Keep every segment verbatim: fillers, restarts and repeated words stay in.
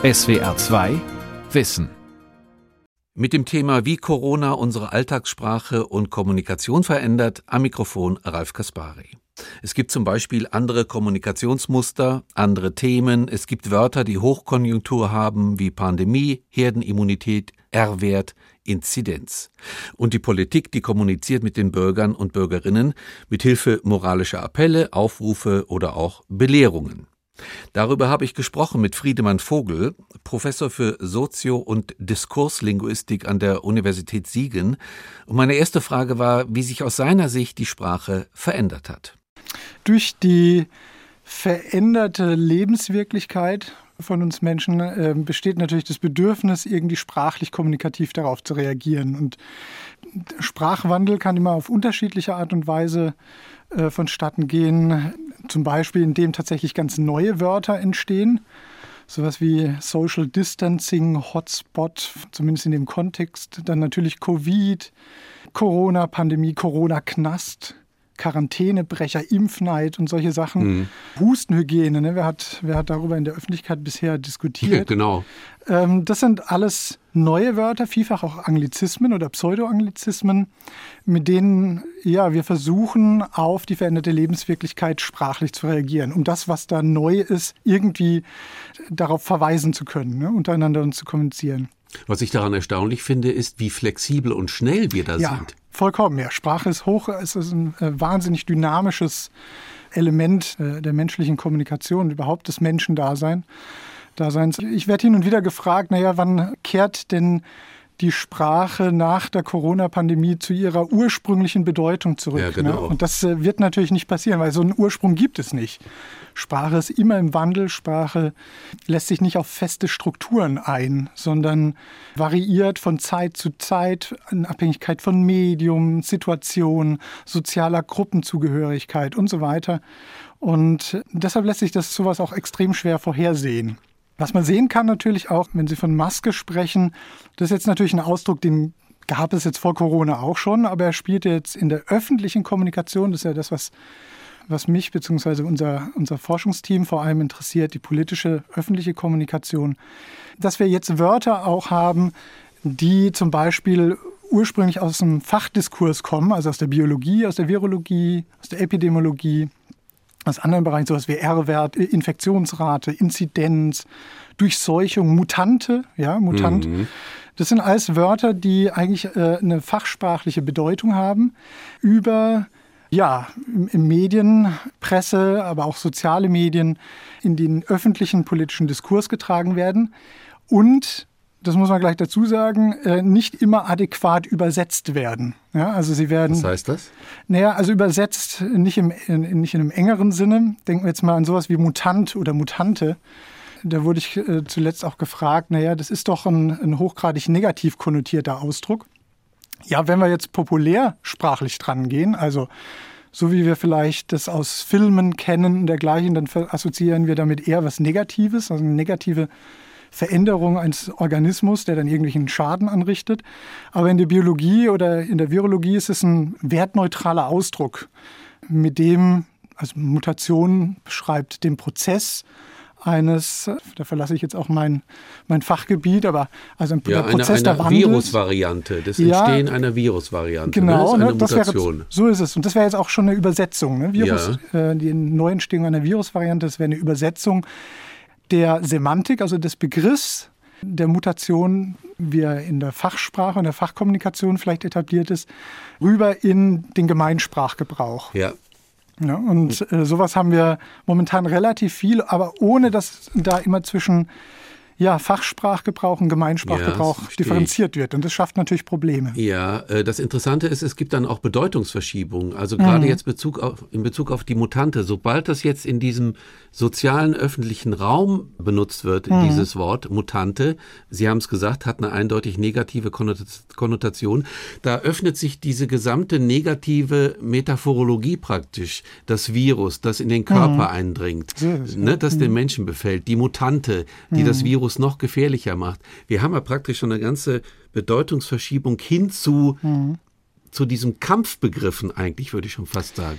S W R zwei Wissen. Mit dem Thema, wie Corona unsere Alltagssprache und Kommunikation verändert, am Mikrofon Ralf Kaspari. Es gibt zum Beispiel andere Kommunikationsmuster, andere Themen. Es gibt Wörter, die Hochkonjunktur haben, wie Pandemie, Herdenimmunität, R-Wert, Inzidenz. Und die Politik, die kommuniziert mit den Bürgern und Bürgerinnen mit Hilfe moralischer Appelle, Aufrufe oder auch Belehrungen. Darüber habe ich gesprochen mit Friedemann Vogel, Professor für Sozio- und Diskurslinguistik an der Universität Siegen. Und meine erste Frage war, wie sich aus seiner Sicht die Sprache verändert hat. Durch die veränderte Lebenswirklichkeit von uns Menschen äh, besteht natürlich das Bedürfnis, irgendwie sprachlich kommunikativ darauf zu reagieren. Und Sprachwandel kann immer auf unterschiedliche Art und Weise äh, vonstatten gehen. Zum Beispiel, indem tatsächlich ganz neue Wörter entstehen. Sowas wie Social Distancing, Hotspot, zumindest in dem Kontext. Dann natürlich Covid, Corona-Pandemie, Corona-Knast, Quarantänebrecher, Impfneid und solche Sachen. Mhm. Hustenhygiene, ne? wer, hat, wer hat darüber in der Öffentlichkeit bisher diskutiert? Ja, genau. Ähm, das sind alles neue Wörter, vielfach auch Anglizismen oder Pseudo-Anglizismen, mit denen ja, wir versuchen, auf die veränderte Lebenswirklichkeit sprachlich zu reagieren, um das, was da neu ist, irgendwie darauf verweisen zu können, ne? untereinander und zu kommunizieren. Was ich daran erstaunlich finde, ist, wie flexibel und schnell wir da ja, sind. Vollkommen, ja. Sprache ist hoch, es ist ein äh, wahnsinnig dynamisches Element äh, der menschlichen Kommunikation, überhaupt des Menschendaseins. Daseins. Ich werde hin und wieder gefragt, naja, wann kehrt denn die Sprache nach der Corona-Pandemie zu ihrer ursprünglichen Bedeutung zurück? Ja, genau. Ne? Und das äh, wird natürlich nicht passieren, weil so einen Ursprung gibt es nicht. Sprache ist immer im Wandel, Sprache lässt sich nicht auf feste Strukturen ein, sondern variiert von Zeit zu Zeit in Abhängigkeit von Medium, Situation, sozialer Gruppenzugehörigkeit und so weiter. Und deshalb lässt sich das sowas auch extrem schwer vorhersehen. Was man sehen kann natürlich auch, wenn Sie von Maske sprechen, das ist jetzt natürlich ein Ausdruck, den gab es jetzt vor Corona auch schon, aber er spielt jetzt in der öffentlichen Kommunikation, das ist ja das, was, was mich bzw. unser, unser Forschungsteam vor allem interessiert, die politische öffentliche Kommunikation, dass wir jetzt Wörter auch haben, die zum Beispiel ursprünglich aus dem Fachdiskurs kommen, also aus der Biologie, aus der Virologie, aus der Epidemiologie, aus anderen Bereichen, sowas wie R-Wert, Infektionsrate, Inzidenz, Durchseuchung, Mutante, ja, Mutant. Mhm. Das sind alles Wörter, die eigentlich äh, eine fachsprachliche Bedeutung haben, über, ja, im, im Medien, Presse, aber auch soziale Medien in den öffentlichen politischen Diskurs getragen werden und, das muss man gleich dazu sagen, nicht immer adäquat übersetzt werden. Ja, also sie werden. Was heißt das? Naja, also übersetzt nicht, im, nicht in einem engeren Sinne. Denken wir jetzt mal an sowas wie Mutant oder Mutante. Da wurde ich zuletzt auch gefragt, naja, das ist doch ein, ein hochgradig negativ konnotierter Ausdruck. Ja, wenn wir jetzt populärsprachlich dran gehen, also so wie wir vielleicht das aus Filmen kennen und dergleichen, dann assoziieren wir damit eher was Negatives, also eine negative Veränderung eines Organismus, der dann irgendwelchen Schaden anrichtet. Aber in der Biologie oder in der Virologie ist es ein wertneutraler Ausdruck, mit dem, also Mutation beschreibt den Prozess eines, da verlasse ich jetzt auch mein, mein Fachgebiet, aber also ein ja, Prozess eine, der eine Wandels. Virusvariante, das Entstehen ja, einer Virusvariante. Genau, ne? Das ist eine ne, das Mutation. Wäre, so ist es. Und das wäre jetzt auch schon eine Übersetzung. Ne? Virus, ja. äh, die Neuentstehung einer Virusvariante, das wäre eine Übersetzung der Semantik, also des Begriffs der Mutation, wie er in der Fachsprache, in der Fachkommunikation vielleicht etabliert ist, rüber in den Gemeinsprachgebrauch. Ja. Ja, und äh, sowas haben wir momentan relativ viel, aber ohne dass da immer zwischen ja, Fachsprachgebrauch und Gemeinsprachgebrauch ja, differenziert wird. Und das schafft natürlich Probleme. Ja, äh, das Interessante ist, es gibt dann auch Bedeutungsverschiebungen. Also gerade mhm. jetzt Bezug auf, in Bezug auf die Mutante. Sobald das jetzt in diesem sozialen, öffentlichen Raum benutzt wird, mhm. dieses Wort Mutante, Sie haben es gesagt, hat eine eindeutig negative Konnotation. Da öffnet sich diese gesamte negative Metaphorologie praktisch. Das Virus, das in den Körper mhm. eindringt, ja, das, ne, das mhm. den Menschen befällt. Die Mutante, die mhm. das Virus noch gefährlicher macht. Wir haben ja praktisch schon eine ganze Bedeutungsverschiebung hin zu, mhm. zu diesen Kampfbegriffen eigentlich, würde ich schon fast sagen.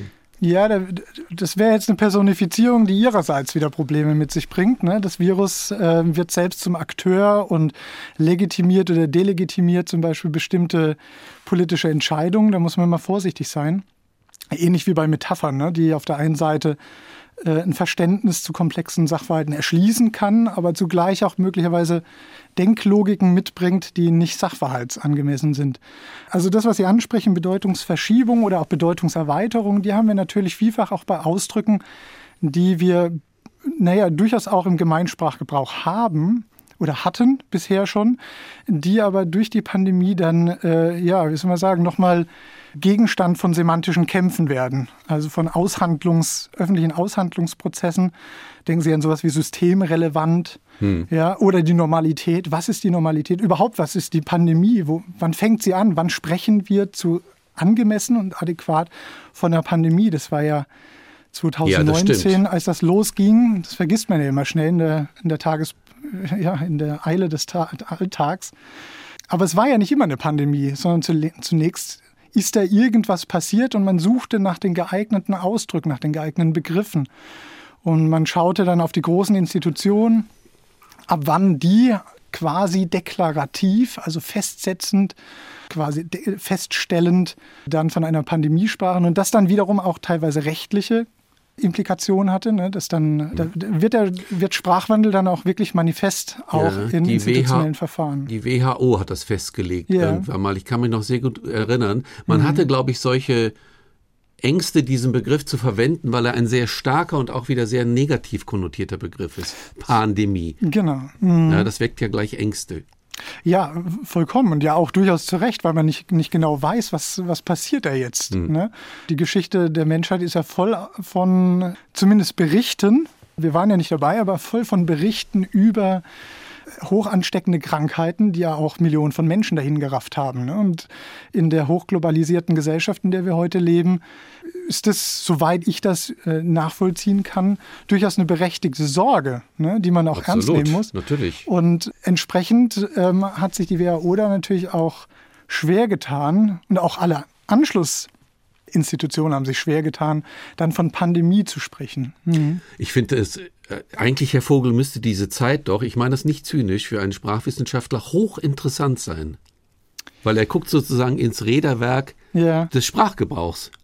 Ja, das wäre jetzt eine Personifizierung, die ihrerseits wieder Probleme mit sich bringt. Ne? Das Virus äh, wird selbst zum Akteur und legitimiert oder delegitimiert zum Beispiel bestimmte politische Entscheidungen. Da muss man mal vorsichtig sein. Ähnlich wie bei Metaphern, ne? Die auf der einen Seite äh, ein Verständnis zu komplexen Sachverhalten erschließen kann, aber zugleich auch möglicherweise Denklogiken mitbringt, die nicht sachverhaltsangemessen sind. Also das, was Sie ansprechen, Bedeutungsverschiebung oder auch Bedeutungserweiterung, die haben wir natürlich vielfach auch bei Ausdrücken, die wir, naja, durchaus auch im Gemeinsprachgebrauch haben oder hatten bisher schon, die aber durch die Pandemie dann, äh, ja, wie soll man sagen, nochmal Gegenstand von semantischen Kämpfen werden, also von Aushandlungs, öffentlichen Aushandlungsprozessen. Denken Sie an sowas wie systemrelevant, hm. ja, oder die Normalität. Was ist die Normalität? Überhaupt, was ist die Pandemie? Wo, wann fängt sie an? Wann sprechen wir zu angemessen und adäquat von der Pandemie? Das war ja zwanzig neunzehn, ja, das als das losging. Das vergisst man ja immer schnell in der, in der Tages, ja, in der Eile des Ta- Alltags. Aber es war ja nicht immer eine Pandemie, sondern zunächst ist da irgendwas passiert und man suchte nach den geeigneten Ausdrücken, nach den geeigneten Begriffen. Und man schaute dann auf die großen Institutionen, ab wann die quasi deklarativ, also festsetzend, quasi de- feststellend dann von einer Pandemie sprachen und das dann wiederum auch teilweise rechtliche Implikationen hatte. Ne? Das dann, da wird, der, wird Sprachwandel dann auch wirklich manifest, auch ja, in institutionellen W H, Verfahren. Die W H O hat das festgelegt ja. irgendwann mal. Ich kann mich noch sehr gut erinnern. Man mhm. hatte, glaube ich, solche Ängste, diesen Begriff zu verwenden, weil er ein sehr starker und auch wieder sehr negativ konnotierter Begriff ist. Pandemie. Genau. Mhm. Ja, das weckt ja gleich Ängste. Ja, vollkommen und ja auch durchaus zu Recht, weil man nicht, nicht genau weiß, was, was passiert da jetzt. Mhm. Ne? Die Geschichte der Menschheit ist ja voll von zumindest Berichten, wir waren ja nicht dabei, aber voll von Berichten über hoch ansteckende Krankheiten, die ja auch Millionen von Menschen dahin gerafft haben. Ne? Und in der hochglobalisierten Gesellschaft, in der wir heute leben, ist das, soweit ich das äh, nachvollziehen kann, durchaus eine berechtigte Sorge, ne? Die man auch Absolut, ernst nehmen muss. Natürlich. Und entsprechend ähm, hat sich die W H O da natürlich auch schwer getan und auch alle Anschlussinstitutionen haben sich schwer getan, dann von Pandemie zu sprechen. Mhm. Ich finde es, äh, eigentlich, Herr Vogel, müsste diese Zeit doch, ich meine das nicht zynisch, für einen Sprachwissenschaftler hochinteressant sein. Weil er guckt sozusagen ins Räderwerk ja. des Sprachgebrauchs.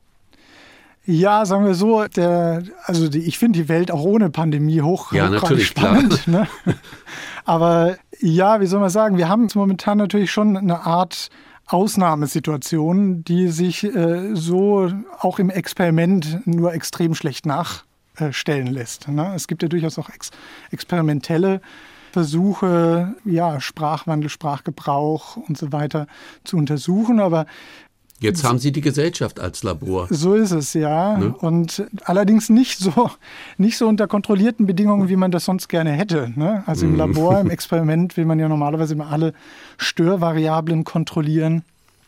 Ja, sagen wir so, der, also die, ich finde die Welt auch ohne Pandemie hoch ja, natürlich, spannend. Klar. Ne? Aber ja, wie soll man sagen, wir haben momentan natürlich schon eine Art Ausnahmesituation, die sich äh, so auch im Experiment nur extrem schlecht nachstellen lässt. Ne? Es gibt ja durchaus auch ex- experimentelle Versuche, ja, Sprachwandel, Sprachgebrauch und so weiter zu untersuchen, aber jetzt haben Sie die Gesellschaft als Labor. So ist es, ja. Ne? Und allerdings nicht so, nicht so unter kontrollierten Bedingungen, wie man das sonst gerne hätte. Ne? Also im Labor, im Experiment will man ja normalerweise immer alle Störvariablen kontrollieren.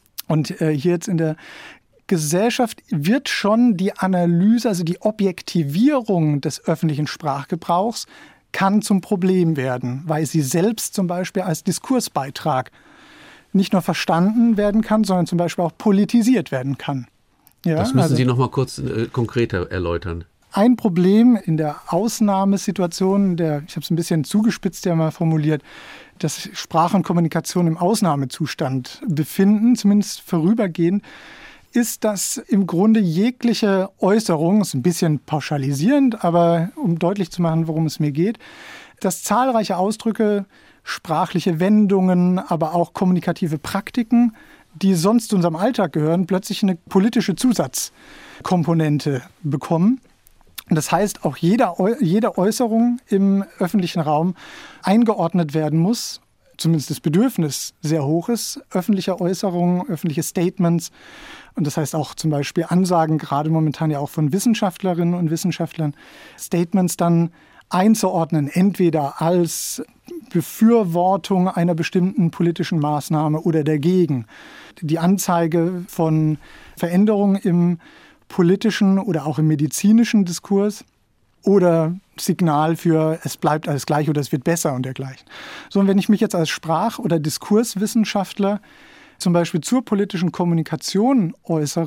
Und äh, hier jetzt in der Gesellschaft wird schon die Analyse, also die Objektivierung des öffentlichen Sprachgebrauchs kann zum Problem werden, weil sie selbst zum Beispiel als Diskursbeitrag nicht nur verstanden werden kann, sondern zum Beispiel auch politisiert werden kann. Ja, das müssen also, Sie noch mal kurz äh, konkreter erläutern. Ein Problem in der Ausnahmesituation, der, ich habe es ein bisschen zugespitzt ja mal formuliert, dass Sprache und Kommunikation im Ausnahmezustand befinden, zumindest vorübergehend, ist, dass im Grunde jegliche Äußerung, ist ein bisschen pauschalisierend, aber um deutlich zu machen, worum es mir geht, dass zahlreiche Ausdrücke, sprachliche Wendungen, aber auch kommunikative Praktiken, die sonst zu unserem Alltag gehören, plötzlich eine politische Zusatzkomponente bekommen. Und das heißt, auch jede, jede Äußerung im öffentlichen Raum eingeordnet werden muss, zumindest das Bedürfnis sehr hoch ist, öffentliche Äußerungen, öffentliche Statements. Und das heißt auch zum Beispiel Ansagen, gerade momentan ja auch von Wissenschaftlerinnen und Wissenschaftlern, Statements dann einzuordnen, entweder als Befürwortung einer bestimmten politischen Maßnahme oder dagegen. Die Anzeige von Veränderungen im politischen oder auch im medizinischen Diskurs oder Signal für es bleibt alles gleich oder es wird besser und dergleichen. So, und wenn ich mich jetzt als Sprach- oder Diskurswissenschaftler zum Beispiel zur politischen Kommunikation äußere,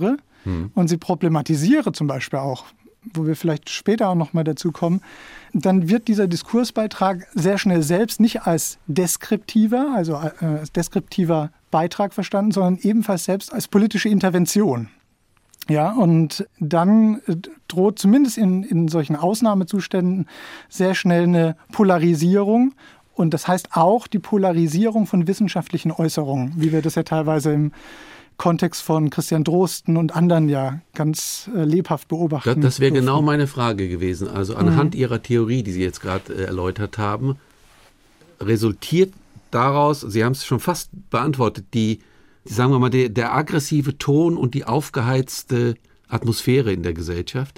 hm. und sie problematisiere zum Beispiel auch, wo wir vielleicht später auch noch mal dazu kommen, dann wird dieser Diskursbeitrag sehr schnell selbst nicht als deskriptiver, also als deskriptiver Beitrag verstanden, sondern ebenfalls selbst als politische Intervention. Ja, und dann droht zumindest in, in solchen Ausnahmezuständen sehr schnell eine Polarisierung. Und das heißt auch die Polarisierung von wissenschaftlichen Äußerungen, wie wir das ja teilweise im Kontext von Christian Drosten und anderen ja ganz äh, lebhaft beobachten. Das, das wäre genau meine Frage gewesen. Also anhand mhm. Ihrer Theorie, die Sie jetzt gerade äh, erläutert haben, resultiert daraus, Sie haben es schon fast beantwortet, die, sagen wir mal, der, der aggressive Ton und die aufgeheizte Atmosphäre in der Gesellschaft?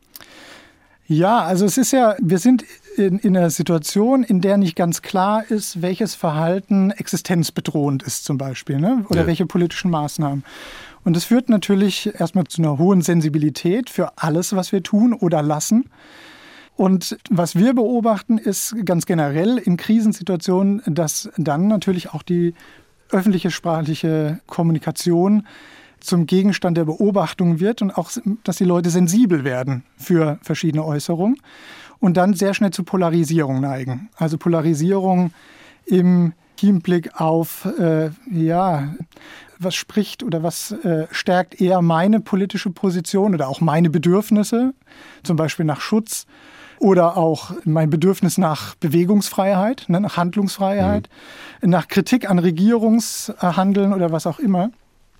Ja, also es ist ja, wir sind in, in einer Situation, in der nicht ganz klar ist, welches Verhalten existenzbedrohend ist zum Beispiel, ne? Oder ja. welche politischen Maßnahmen. Und das führt natürlich erstmal zu einer hohen Sensibilität für alles, was wir tun oder lassen. Und was wir beobachten, ist ganz generell in Krisensituationen, dass dann natürlich auch die öffentliche sprachliche Kommunikation zum Gegenstand der Beobachtung wird und auch, dass die Leute sensibel werden für verschiedene Äußerungen und dann sehr schnell zu Polarisierung neigen. Also Polarisierung im Hinblick auf, äh, ja, was spricht oder was äh, stärkt eher meine politische Position oder auch meine Bedürfnisse, zum Beispiel nach Schutz oder auch mein Bedürfnis nach Bewegungsfreiheit, ne, nach Handlungsfreiheit, mhm. nach Kritik an Regierungshandeln oder was auch immer.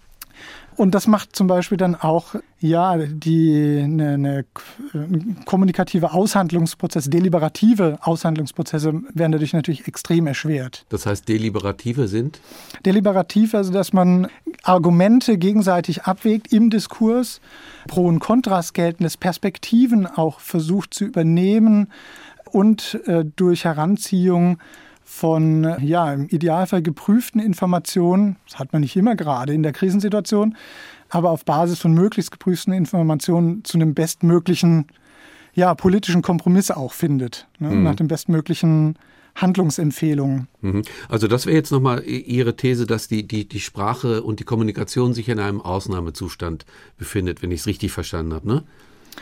Und das macht zum Beispiel dann auch ja die eine, eine kommunikative Aushandlungsprozess, deliberative Aushandlungsprozesse werden dadurch natürlich extrem erschwert. Das heißt, deliberative sind? Deliberativ, also dass man Argumente gegenseitig abwägt im Diskurs, Pro und Kontras geltendes Perspektiven auch versucht zu übernehmen und äh, durch Heranziehung von, ja, im Idealfall geprüften Informationen, das hat man nicht immer gerade in der Krisensituation, aber auf Basis von möglichst geprüften Informationen zu einem bestmöglichen, ja, politischen Kompromiss auch findet, ne, mhm. nach den bestmöglichen Handlungsempfehlungen. Mhm. Also das wäre jetzt nochmal Ihre These, dass die, die, die Sprache und die Kommunikation sich in einem Ausnahmezustand befindet, wenn ich es richtig verstanden habe, ne?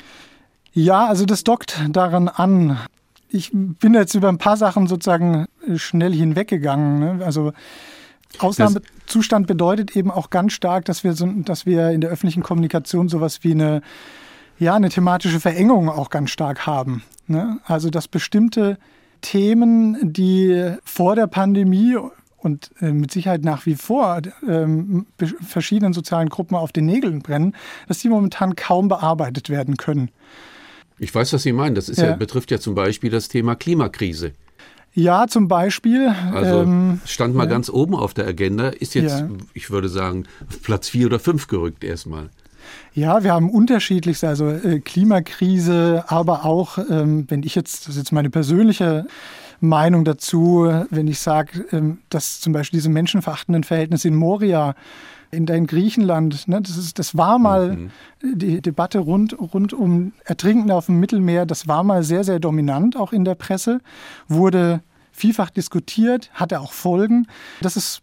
Ja, also das dockt daran an. Ich bin jetzt über ein paar Sachen sozusagen schnell hinweggegangen. Ne? Also Ausnahmezustand bedeutet eben auch ganz stark, dass wir, so, dass wir in der öffentlichen Kommunikation sowas wie eine, ja, eine thematische Verengung auch ganz stark haben. Ne? Also dass bestimmte Themen, die vor der Pandemie und äh, mit Sicherheit nach wie vor ähm, verschiedenen sozialen Gruppen auf den Nägeln brennen, dass die momentan kaum bearbeitet werden können. Ich weiß, was Sie meinen. Das ist ja. Ja, betrifft ja zum Beispiel das Thema Klimakrise. Ja, zum Beispiel. Also ähm, stand mal ja. ganz oben auf der Agenda, ist jetzt, ja. ich würde sagen, Platz vier oder fünf gerückt erstmal. Ja, wir haben unterschiedlichste, also äh, Klimakrise, aber auch, ähm, wenn ich jetzt, das ist jetzt meine persönliche Meinung dazu, wenn ich sage, ähm, dass zum Beispiel diese menschenverachtenden Verhältnisse in Moria, in dein Griechenland, ne, das, ist, das war mal mhm. die Debatte rund, rund um Ertrinken auf dem Mittelmeer, das war mal sehr, sehr dominant, auch in der Presse, wurde vielfach diskutiert, hatte auch Folgen. Das ist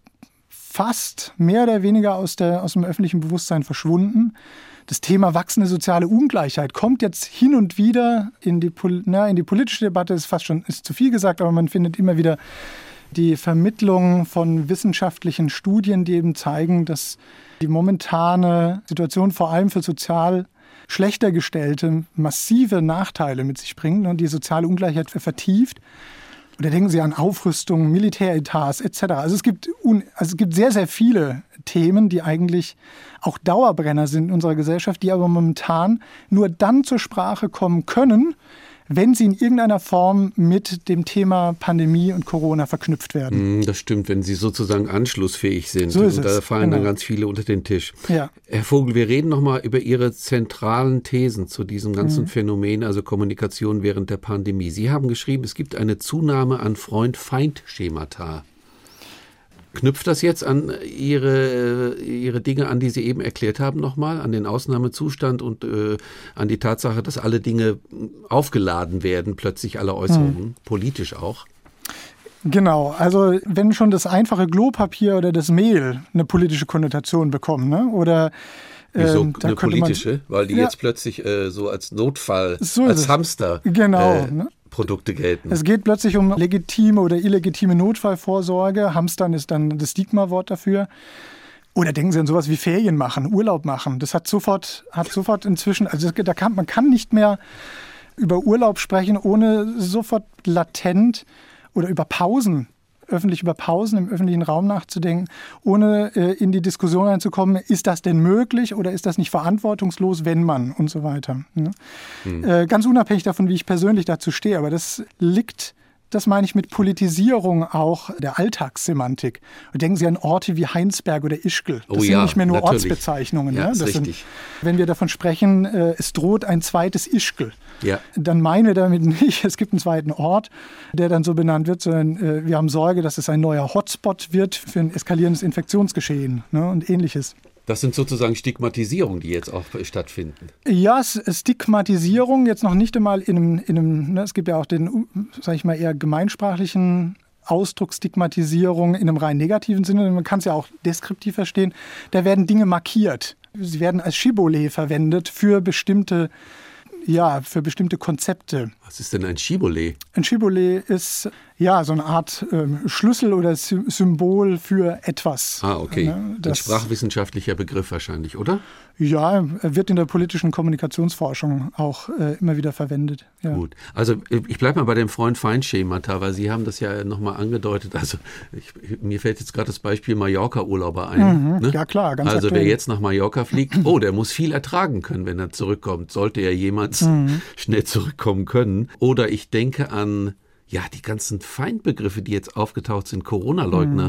fast mehr oder weniger aus, der, aus dem öffentlichen Bewusstsein verschwunden. Das Thema wachsende soziale Ungleichheit kommt jetzt hin und wieder in die, na, in die politische Debatte, ist fast schon ist zu viel gesagt, aber man findet immer wieder die Vermittlung von wissenschaftlichen Studien, die eben zeigen, dass die momentane Situation vor allem für sozial schlechter Gestellte massive Nachteile mit sich bringt und die soziale Ungleichheit vertieft. Oder denken Sie an Aufrüstung, Militäretats et cetera. Also es gibt, un, also es gibt sehr, sehr viele Themen, die eigentlich auch Dauerbrenner sind in unserer Gesellschaft, die aber momentan nur dann zur Sprache kommen können, wenn sie in irgendeiner Form mit dem Thema Pandemie und Corona verknüpft werden. Das stimmt, wenn sie sozusagen anschlussfähig sind. So ist und da es. fallen Genau. dann ganz viele unter den Tisch. Ja. Herr Vogel, wir reden nochmal über Ihre zentralen Thesen zu diesem ganzen Mhm. Phänomen, also Kommunikation während der Pandemie. Sie haben geschrieben, es gibt eine Zunahme an Freund-Feind-Schemata. Knüpft das jetzt an Ihre, Ihre Dinge an, die Sie eben erklärt haben, nochmal, an den Ausnahmezustand und äh, an die Tatsache, dass alle Dinge aufgeladen werden, plötzlich alle Äußerungen, hm. politisch auch? Genau, also wenn schon das einfache Klopapier oder das Mehl eine politische Konnotation bekommen, ne? Oder Wieso ähm, eine politische? Man, Weil die ja, jetzt plötzlich äh, so als Notfall, so als Hamster genau, äh, ne? Produkte gelten. Es geht plötzlich um legitime oder illegitime Notfallvorsorge. Hamstern ist dann das Stigma-Wort dafür. Oder denken Sie an sowas wie Ferien machen, Urlaub machen. Das hat sofort, hat sofort inzwischen, also da kann, man kann nicht mehr über Urlaub sprechen, ohne sofort latent oder über Pausen, öffentlich über Pausen im öffentlichen Raum nachzudenken, ohne äh, in die Diskussion reinzukommen, ist das denn möglich oder ist das nicht verantwortungslos, wenn man und so weiter. Ne? Hm. Äh, ganz unabhängig davon, wie ich persönlich dazu stehe, aber das liegt, das meine ich mit Politisierung auch der Alltagssemantik. Und denken Sie an Orte wie Heinsberg oder Ischgl. Das oh sind ja, nicht mehr nur natürlich. Ortsbezeichnungen. Ja, ne? ist das richtig. Sind, wenn wir davon sprechen, äh, es droht ein zweites Ischgl, ja. dann meinen wir damit nicht, es gibt einen zweiten Ort, der dann so benannt wird, sondern äh, wir haben Sorge, dass es ein neuer Hotspot wird für ein eskalierendes Infektionsgeschehen, ne, und Ähnliches. Das sind sozusagen Stigmatisierungen, die jetzt auch stattfinden. Ja, Stigmatisierung jetzt noch nicht einmal in einem, in einem ne, es gibt ja auch den, sage ich mal, eher gemeinsprachlichen Ausdruck Stigmatisierung in einem rein negativen Sinne. Man kann es ja auch deskriptiv verstehen. Da werden Dinge markiert. Sie werden als Shibboleth verwendet für bestimmte, ja, für bestimmte Konzepte. Was ist denn ein Shibboleth? Ein Shibboleth ist ja so eine Art ähm, Schlüssel oder Sy- Symbol für etwas. Ah, okay. Ne, ein sprachwissenschaftlicher Begriff wahrscheinlich, oder? Ja, wird in der politischen Kommunikationsforschung auch äh, immer wieder verwendet. Ja. Gut, also ich bleibe mal bei dem Freund-Feind-Schemata, weil Sie haben das ja nochmal angedeutet. Also ich, mir fällt jetzt gerade das Beispiel Mallorca-Urlauber ein. Mhm, ne? Ja klar, ganz Also aktuell. wer jetzt nach Mallorca fliegt, oh, der muss viel ertragen können, wenn er zurückkommt. Sollte er jemals mhm. schnell zurückkommen können. Oder ich denke an ja die ganzen Feindbegriffe, die jetzt aufgetaucht sind, Corona-Leugner. Mhm.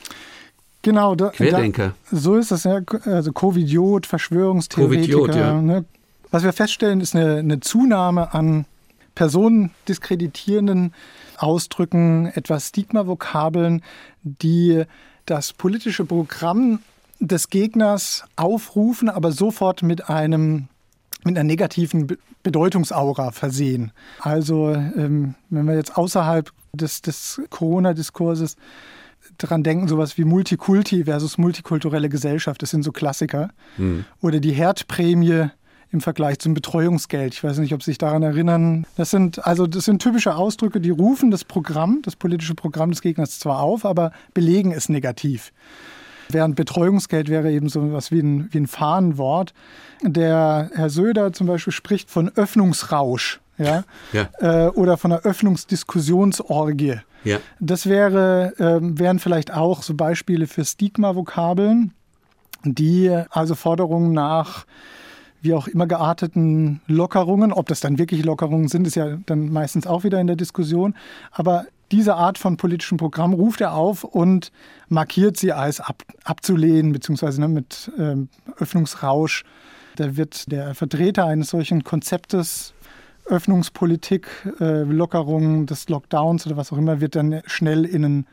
Genau, da, Querdenker. Da, so ist das ja, also Covidiot, Verschwörungstheoretiker. Covidiot, ja. Ne? Was wir feststellen, ist eine, eine Zunahme an personendiskreditierenden Ausdrücken, etwas Stigma-Vokabeln, die das politische Programm des Gegners aufrufen, aber sofort mit einem mit einer negativen Be- Bedeutungsaura versehen. Also ähm, wenn wir jetzt außerhalb des, des Corona-Diskurses dran denken, sowas wie Multikulti versus multikulturelle Gesellschaft, das sind so Klassiker. Mhm. Oder die Herdprämie im Vergleich zum Betreuungsgeld. Ich weiß nicht, ob Sie sich daran erinnern. Das sind, also das sind typische Ausdrücke, die rufen das Programm, das politische Programm des Gegners zwar auf, aber belegen es negativ. Während Betreuungsgeld wäre eben so etwas wie ein, wie ein Fahnenwort. Der Herr Söder zum Beispiel spricht von Öffnungsrausch, ja? Ja. Äh, oder von einer Öffnungsdiskussionsorgie. Ja. Das wäre, äh, wären vielleicht auch so Beispiele für Stigma-Vokabeln, die also Forderungen nach wie auch immer gearteten Lockerungen, ob das dann wirklich Lockerungen sind, ist ja dann meistens auch wieder in der Diskussion, aber diese Art von politischem Programm ruft er auf und markiert sie als ab, abzulehnen, beziehungsweise ne, mit ähm, Öffnungsrausch. Da wird der Vertreter eines solchen Konzeptes, Öffnungspolitik, äh, Lockerung des Lockdowns oder was auch immer, wird dann schnell in einen,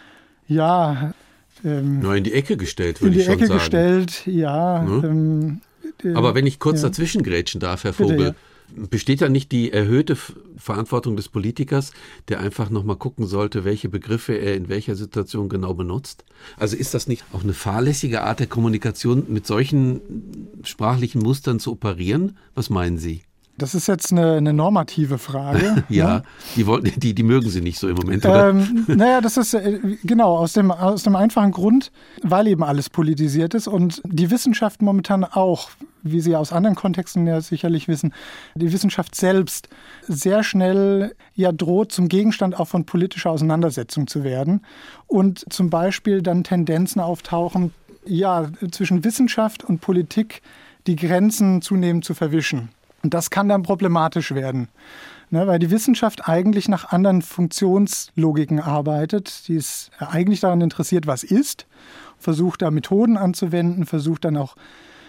ja... Ähm, Nur in die Ecke gestellt, würde ich schon sagen. In die Ecke sagen. gestellt, ja. Hm? Ähm, äh, Aber wenn ich kurz ja. dazwischen grätschen darf, Herr Vogel, Bitte, ja. Besteht da nicht die erhöhte Verantwortung des Politikers, der einfach nochmal gucken sollte, welche Begriffe er in welcher Situation genau benutzt? Also ist das nicht auch eine fahrlässige Art der Kommunikation, mit solchen sprachlichen Mustern zu operieren? Was meinen Sie? Das ist jetzt eine, eine normative Frage. ja, ne? die, wollten, die, die mögen Sie nicht so im Moment, oder? Ähm, naja, das ist äh, genau aus dem, aus dem einfachen Grund, weil eben alles politisiert ist und die Wissenschaft momentan auch, wie Sie aus anderen Kontexten ja sicherlich wissen, die Wissenschaft selbst sehr schnell ja droht, zum Gegenstand auch von politischer Auseinandersetzung zu werden und zum Beispiel dann Tendenzen auftauchen, ja, zwischen Wissenschaft und Politik die Grenzen zunehmend zu verwischen. Und das kann dann problematisch werden, ne, weil die Wissenschaft eigentlich nach anderen Funktionslogiken arbeitet. Die ist eigentlich daran interessiert, was ist, versucht da Methoden anzuwenden, versucht dann auch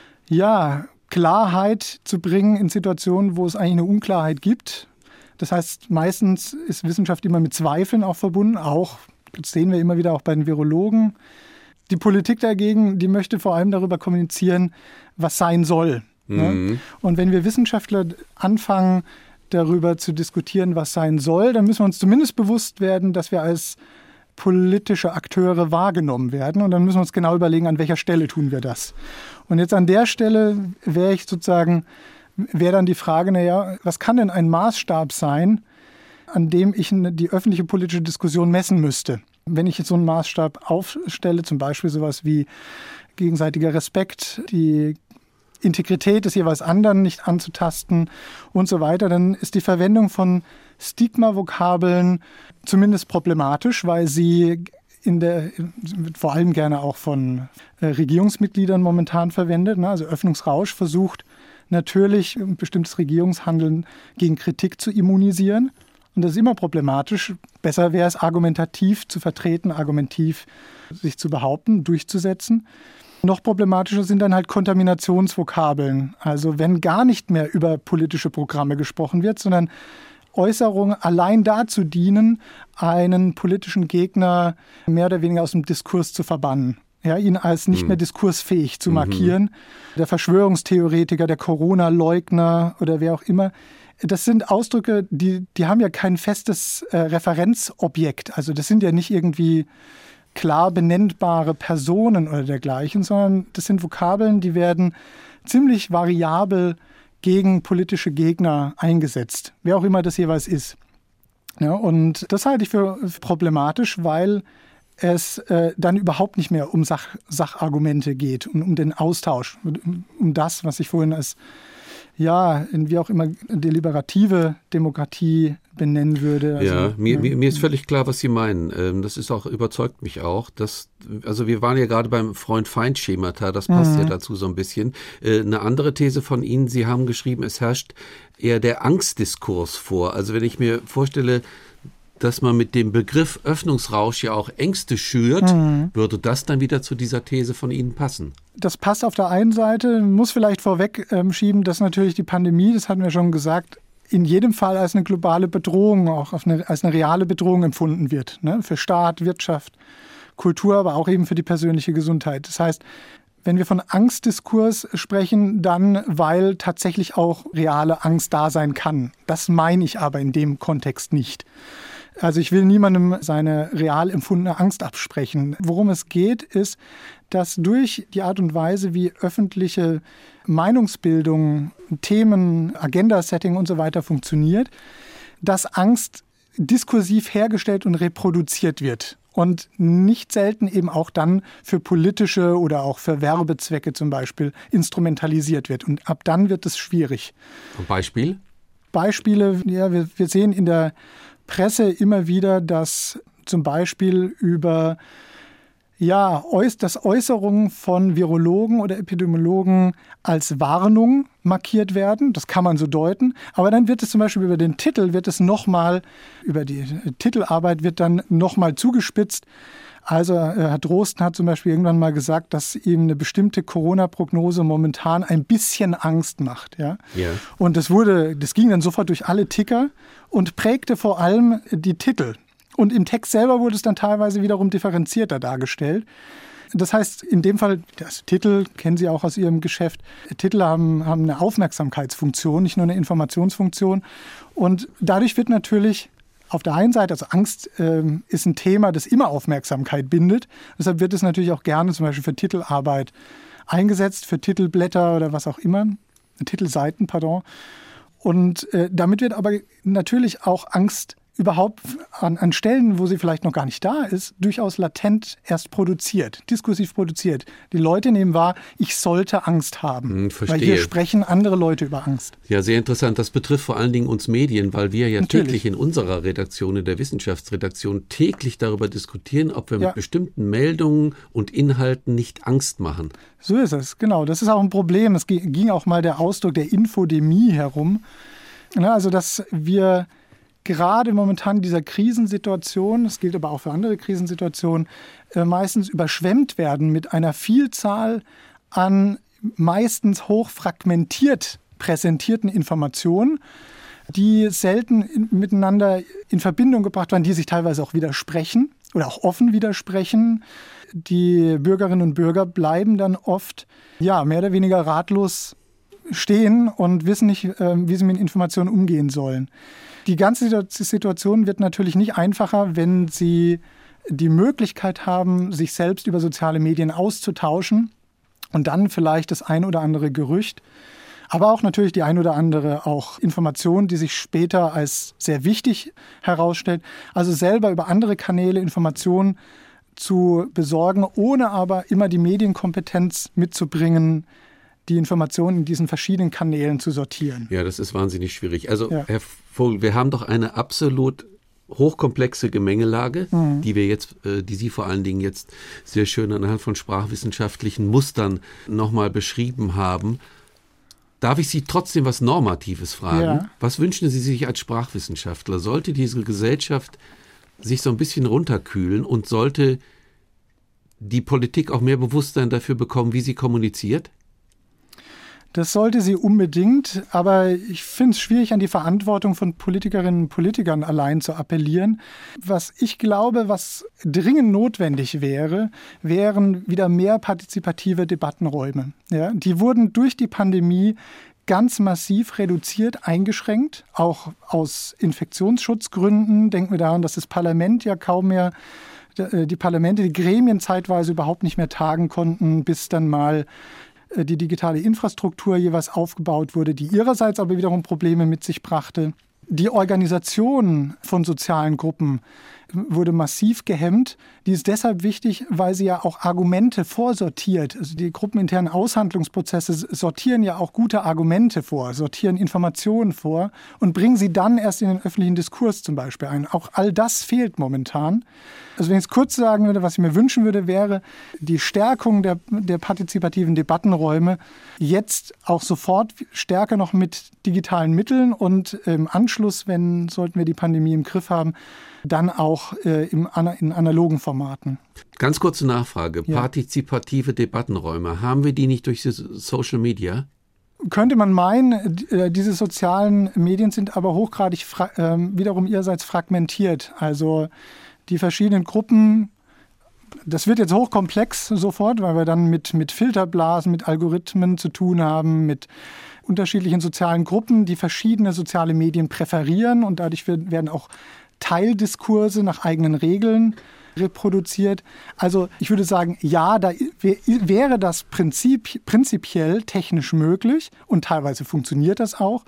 ja, Klarheit zu bringen in Situationen, wo es eigentlich eine Unklarheit gibt. Das heißt, meistens ist Wissenschaft immer mit Zweifeln auch verbunden, auch, das sehen wir immer wieder auch bei den Virologen. Die Politik dagegen, die möchte vor allem darüber kommunizieren, was sein soll. Mhm. Und wenn wir Wissenschaftler anfangen, darüber zu diskutieren, was sein soll, dann müssen wir uns zumindest bewusst werden, dass wir als politische Akteure wahrgenommen werden. Und dann müssen wir uns genau überlegen, an welcher Stelle tun wir das. Und jetzt an der Stelle wäre ich sozusagen, wäre dann die Frage, naja, was kann denn ein Maßstab sein, an dem ich die öffentliche politische Diskussion messen müsste? Wenn ich jetzt so einen Maßstab aufstelle, zum Beispiel sowas wie gegenseitiger Respekt, die Integrität des jeweils anderen nicht anzutasten und so weiter, dann ist die Verwendung von Stigma-Vokabeln zumindest problematisch, weil sie in der, wird vor allem gerne auch von äh, Regierungsmitgliedern momentan verwendet. Ne? Also Öffnungsrausch versucht natürlich ein bestimmtes Regierungshandeln gegen Kritik zu immunisieren. Und das ist immer problematisch. Besser wäre es, argumentativ zu vertreten, argumentativ sich zu behaupten, durchzusetzen. Noch problematischer sind dann halt Kontaminationsvokabeln. Also wenn gar nicht mehr über politische Programme gesprochen wird, sondern Äußerungen allein dazu dienen, einen politischen Gegner mehr oder weniger aus dem Diskurs zu verbannen. Ja, ihn als nicht mehr diskursfähig zu markieren. Mhm. Der Verschwörungstheoretiker, der Corona-Leugner oder wer auch immer. Das sind Ausdrücke, die, die haben ja kein festes äh, Referenzobjekt. Also das sind ja nicht irgendwie klar benennbare Personen oder dergleichen, sondern das sind Vokabeln, die werden ziemlich variabel gegen politische Gegner eingesetzt, wer auch immer das jeweils ist. Ja, und das halte ich für problematisch, weil es äh, dann überhaupt nicht mehr um Sach- Sachargumente geht und um den Austausch, um, um das, was ich vorhin als ja, in wie auch immer deliberative Demokratie benennen würde. Also, ja, mir, ja. mir ist völlig klar, was Sie meinen. Das ist auch, überzeugt mich auch. Dass, also wir waren ja gerade beim Freund-Feind-Schemata, das passt mhm. ja dazu so ein bisschen. Eine andere These von Ihnen, Sie haben geschrieben, es herrscht eher der Angstdiskurs vor. Also wenn ich mir vorstelle, dass man mit dem Begriff Öffnungsrausch ja auch Ängste schürt, mhm. würde das dann wieder zu dieser These von Ihnen passen? Das passt auf der einen Seite, muss vielleicht vorweg ähm, schieben, dass natürlich die Pandemie, das hatten wir schon gesagt, in jedem Fall als eine globale Bedrohung, auch auf eine, als eine reale Bedrohung empfunden wird. Ne? Für Staat, Wirtschaft, Kultur, aber auch eben für die persönliche Gesundheit. Das heißt, wenn wir von Angstdiskurs sprechen, dann weil tatsächlich auch reale Angst da sein kann. Das meine ich aber in dem Kontext nicht. Also ich will niemandem seine real empfundene Angst absprechen. Worum es geht, ist, dass durch die Art und Weise, wie öffentliche Meinungsbildung, Themen, Agenda-Setting und so weiter funktioniert, dass Angst diskursiv hergestellt und reproduziert wird. Und nicht selten eben auch dann für politische oder auch für Werbezwecke zum Beispiel instrumentalisiert wird. Und ab dann wird es schwierig. Ein Beispiel? Beispiele, ja, wir, wir sehen in der Presse immer wieder, dass zum Beispiel über ja, dass Äußerungen von Virologen oder Epidemiologen als Warnung markiert werden. Das kann man so deuten. Aber dann wird es zum Beispiel über den Titel, wird es nochmal, über die Titelarbeit wird dann nochmal zugespitzt. Also Herr Drosten hat zum Beispiel irgendwann mal gesagt, dass ihm eine bestimmte Corona-Prognose momentan ein bisschen Angst macht. Ja? Ja. Und das wurde, das ging dann sofort durch alle Ticker und prägte vor allem die Titel. Und im Text selber wurde es dann teilweise wiederum differenzierter dargestellt. Das heißt, in dem Fall, das Titel kennen Sie auch aus Ihrem Geschäft, Titel haben, haben eine Aufmerksamkeitsfunktion, nicht nur eine Informationsfunktion. Und dadurch wird natürlich auf der einen Seite, also Angst äh, ist ein Thema, das immer Aufmerksamkeit bindet. Deshalb wird es natürlich auch gerne zum Beispiel für Titelarbeit eingesetzt, für Titelblätter oder was auch immer, Titelseiten, pardon. Und äh, damit wird aber natürlich auch Angst überhaupt an, an Stellen, wo sie vielleicht noch gar nicht da ist, durchaus latent erst produziert, diskursiv produziert. Die Leute nehmen wahr, ich sollte Angst haben. Hm, verstehe. Weil hier sprechen andere Leute über Angst. Ja, sehr interessant. Das betrifft vor allen Dingen uns Medien, weil wir ja Natürlich. täglich in unserer Redaktion, in der Wissenschaftsredaktion, täglich darüber diskutieren, ob wir ja. mit bestimmten Meldungen und Inhalten nicht Angst machen. So ist es, genau. Das ist auch ein Problem. Es ging auch mal der Ausdruck der Infodemie herum. Also, dass wir gerade momentan in dieser Krisensituation, das gilt aber auch für andere Krisensituationen, äh, meistens überschwemmt werden mit einer Vielzahl an meistens hochfragmentiert präsentierten Informationen, die selten in, miteinander in Verbindung gebracht werden, die sich teilweise auch widersprechen oder auch offen widersprechen. Die Bürgerinnen und Bürger bleiben dann oft ja, mehr oder weniger ratlos stehen und wissen nicht, äh, wie sie mit Informationen umgehen sollen. Die ganze Situation wird natürlich nicht einfacher, wenn sie die Möglichkeit haben, sich selbst über soziale Medien auszutauschen und dann vielleicht das ein oder andere Gerücht, aber auch natürlich die ein oder andere auch Information, die sich später als sehr wichtig herausstellt. Also selber über andere Kanäle Informationen zu besorgen, ohne aber immer die Medienkompetenz mitzubringen, die Informationen in diesen verschiedenen Kanälen zu sortieren. Ja, das ist wahnsinnig schwierig. Also, ja. Herr Vogel, wir haben doch eine absolut hochkomplexe Gemengelage, mhm. die wir jetzt, äh, die Sie vor allen Dingen jetzt sehr schön anhand von sprachwissenschaftlichen Mustern nochmal beschrieben haben. Darf ich Sie trotzdem was Normatives fragen? Ja. Was wünschen Sie sich als Sprachwissenschaftler? Sollte diese Gesellschaft sich so ein bisschen runterkühlen und sollte die Politik auch mehr Bewusstsein dafür bekommen, wie sie kommuniziert? Das sollte sie unbedingt, aber ich finde es schwierig, an die Verantwortung von Politikerinnen und Politikern allein zu appellieren. Was ich glaube, was dringend notwendig wäre, wären wieder mehr partizipative Debattenräume. Ja, die wurden durch die Pandemie ganz massiv reduziert, eingeschränkt, auch aus Infektionsschutzgründen. Denken wir daran, dass das Parlament ja kaum mehr, die Parlamente, die Gremien zeitweise überhaupt nicht mehr tagen konnten, bis dann mal die digitale Infrastruktur jeweils aufgebaut wurde, die ihrerseits aber wiederum Probleme mit sich brachte. Die Organisation von sozialen Gruppen wurde massiv gehemmt. Die ist deshalb wichtig, weil sie ja auch Argumente vorsortiert. Also die gruppeninternen Aushandlungsprozesse sortieren ja auch gute Argumente vor, sortieren Informationen vor und bringen sie dann erst in den öffentlichen Diskurs zum Beispiel ein. Auch all das fehlt momentan. Also wenn ich es kurz sagen würde, was ich mir wünschen würde, wäre die Stärkung der, der partizipativen Debattenräume jetzt auch sofort stärker noch mit digitalen Mitteln und im Anschluss, wenn, sollten wir die Pandemie im Griff haben, dann auch äh, im, in analogen Formaten. Ganz kurze Nachfrage. Ja. Partizipative Debattenräume, haben wir die nicht durch Social Media? Könnte man meinen, diese sozialen Medien sind aber hochgradig fra- äh, wiederum ihrerseits fragmentiert. Also die verschiedenen Gruppen, das wird jetzt hochkomplex sofort, weil wir dann mit, mit Filterblasen, mit Algorithmen zu tun haben, mit unterschiedlichen sozialen Gruppen, die verschiedene soziale Medien präferieren und dadurch werden auch Teildiskurse nach eigenen Regeln reproduziert. Also ich würde sagen, ja, da wäre das Prinzip, prinzipiell technisch möglich und teilweise funktioniert das auch.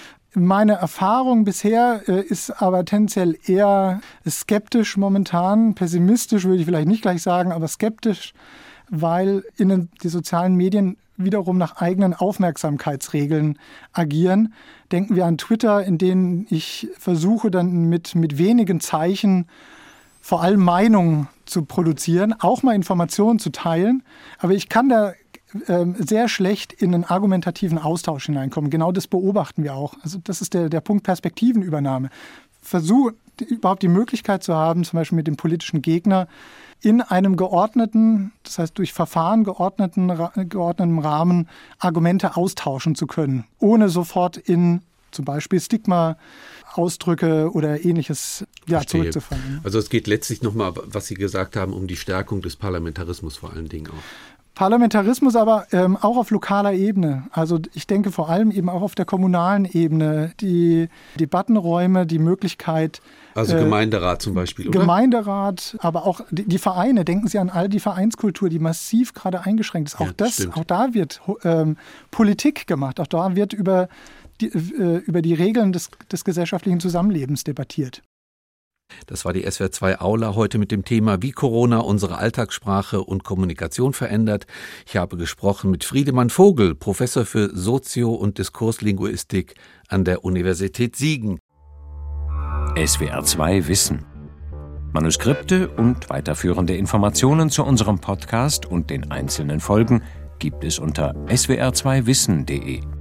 Meine Erfahrung bisher äh, ist aber tendenziell eher skeptisch momentan, pessimistisch würde ich vielleicht nicht gleich sagen, aber skeptisch, weil in den, die sozialen Medien wiederum nach eigenen Aufmerksamkeitsregeln agieren. Denken wir an Twitter, in denen ich versuche dann mit, mit wenigen Zeichen vor allem Meinungen zu produzieren, auch mal Informationen zu teilen. Aber ich kann da äh, sehr schlecht in einen argumentativen Austausch hineinkommen. Genau das beobachten wir auch. Also das ist der, der Punkt Perspektivenübernahme. Versuch überhaupt die Möglichkeit zu haben, zum Beispiel mit dem politischen Gegner, in einem geordneten, das heißt durch Verfahren geordneten, geordneten Rahmen Argumente austauschen zu können, ohne sofort in zum Beispiel Stigma-Ausdrücke oder Ähnliches ja, zurückzufallen. Also es geht letztlich nochmal, was Sie gesagt haben, um die Stärkung des Parlamentarismus vor allen Dingen auch. Parlamentarismus aber ähm, auch auf lokaler Ebene. Also ich denke vor allem eben auch auf der kommunalen Ebene. Die Debattenräume, die Möglichkeit. Also äh, Gemeinderat zum Beispiel, oder? Gemeinderat, aber auch die, die Vereine. Denken Sie an all die Vereinskultur, die massiv gerade eingeschränkt ist. Auch, ja, das, auch da wird ähm, Politik gemacht. Auch da wird über die, äh, über die Regeln des, des gesellschaftlichen Zusammenlebens debattiert. Das war die S W R zwei Aula heute mit dem Thema, wie Corona unsere Alltagssprache und Kommunikation verändert. Ich habe gesprochen mit Friedemann Vogel, Professor für Sozio- und Diskurslinguistik an der Universität Siegen. S W R zwei Wissen. Manuskripte und weiterführende Informationen zu unserem Podcast und den einzelnen Folgen gibt es unter s w r zwei wissen punkt d e.